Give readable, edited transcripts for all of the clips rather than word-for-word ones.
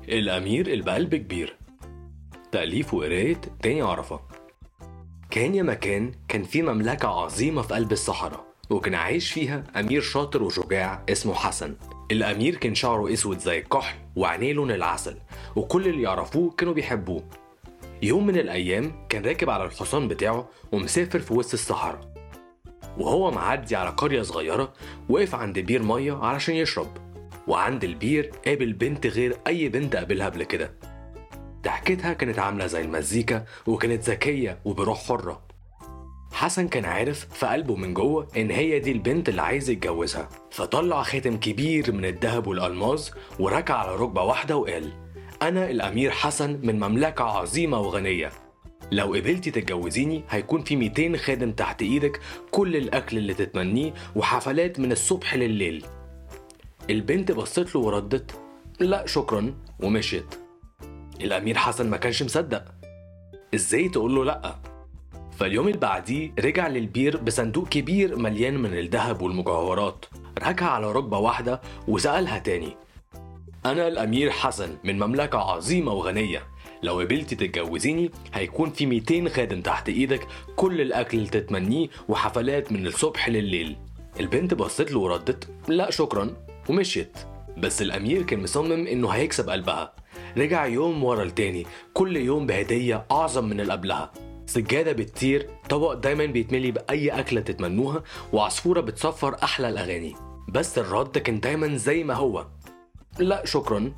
الأمير اللي بقلب كبير. تأليف وقراية داني عرفة. كان يا مكان كان في مملكة عظيمة في قلب الصحراء، وكان عايش فيها أمير شاطر وشجاع اسمه حسن. الأمير كان شعره أسود زي الكحل وعينيه لون العسل، وكل اللي يعرفوه كانوا بيحبوه. يوم من الأيام كان راكب على الحصان بتاعه ومسافر في وسط الصحراء، وهو معدي على قرية صغيرة وقف عند بير مية علشان يشرب. وعند البير قابل بنت غير أي بنت قابلها قبل كده. ضحكتها كانت عاملة زي المزيكا وكانت ذكية وبروح حرة. حسن كان عارف في قلبه من جوه إن هي دي البنت اللي عايز يتجوزها، فطلع خاتم كبير من الذهب والألماس وركع على ركبة واحدة وقال: أنا الأمير حسن من مملكة عظيمة وغنية، لو قبلتي تتجوزيني هيكون في 200 خادم تحت إيدك، كل الأكل اللي تتمنيه وحفلات من الصبح لليل. البنت بصت له وردت: لا شكرا، ومشيت. الأمير حسن ما كانش مصدق، إزاي تقول له لأ؟ فاليوم اللي بعديه رجع للبير بصندوق كبير مليان من الذهب والمجوهرات، ركع على ركبة واحدة وسألها تاني: أنا الأمير حسن من مملكة عظيمة وغنية، لو قبلتي تتجوزيني هيكون في 200 خادم تحت إيدك، كل الأكل اللي تتمنيه وحفلات من الصبح لليل. البنت بصت له وردت: لا شكرا، ومشيت. بس الأمير كان مصمم إنه هيكسب قلبها. رجع يوم ورا التاني، كل يوم بهدية أعظم من اللي قبلها: سجادة بتطير، طبق دايما بيتملي بأي أكلة تتمنوها، وعصفورة بتصفر أحلى الأغاني. بس الرد كان دايما زي ما هو: لا شكرا.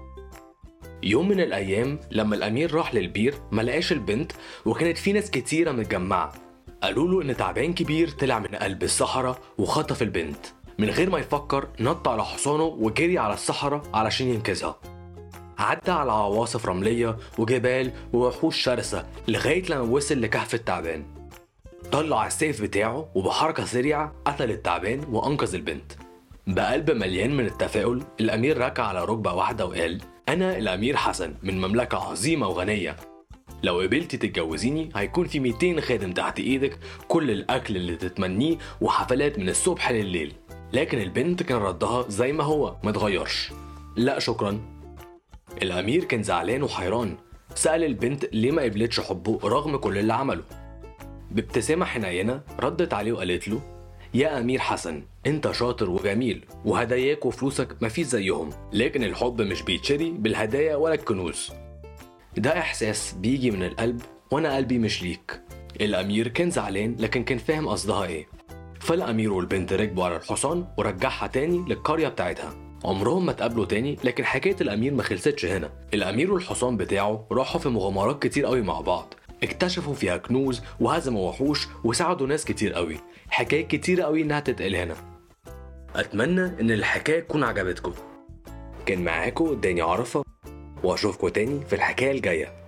يوم من الأيام لما الأمير راح للبير ملقاش البنت، وكانت في ناس كتيرة متجمعة. قالوا له إن تعبان كبير طلع من قلب الصحراء وخطف البنت. من غير ما يفكر نط على حصانه وجري على الصحراء علشان ينقذها. عدى على عواصف رملية وجبال ووحوش شرسة لغاية لما وصل لكهف التعبان. طلع السيف بتاعه وبحركة سريعة قتل التعبان وأنقذ البنت. بقلب مليان من التفاؤل الأمير ركع على ركبة واحدة وقال: أنا الأمير حسن من مملكة عظيمة وغنية، لو قبلتي تتجوزيني هيكون في 200 خادم تحت إيدك، كل الأكل اللي تتمنيه وحفلات من الصبح لليل. لكن البنت كان ردها زي ما هو متغيرش: لا شكرا. الأمير كان زعلان وحيران، سأل البنت ليه ما قبلتش حبه رغم كل اللي عمله. بابتسامة حنينة ردت عليه وقالت له: يا أمير حسن، انت شاطر وجميل، وهداياك وفلوسك مفيش زيهم، لكن الحب مش بيتشري بالهدايا ولا الكنوز، ده إحساس بيجي من القلب، وأنا قلبي مش ليك. الأمير كان زعلان لكن كان فاهم قصدها إيه. فالأمير والبنت ركبوا على الحصان ورجعها تاني للقرية بتاعتها. عمرهم ما اتقابلوا تاني، لكن حكاية الأمير ما خلصتش هنا. الأمير والحصان بتاعه راحوا في مغامرات كتير قوي مع بعض، اكتشفوا فيها كنوز وهزموا وحوش وساعدوا ناس كتير قوي. حكاية كتير قوي إنها تتقال هنا. أتمنى إن الحكاية تكون عجبتكم. كان معاكم داني عرفة، وأشوفكم تاني في الحكاية الجاية.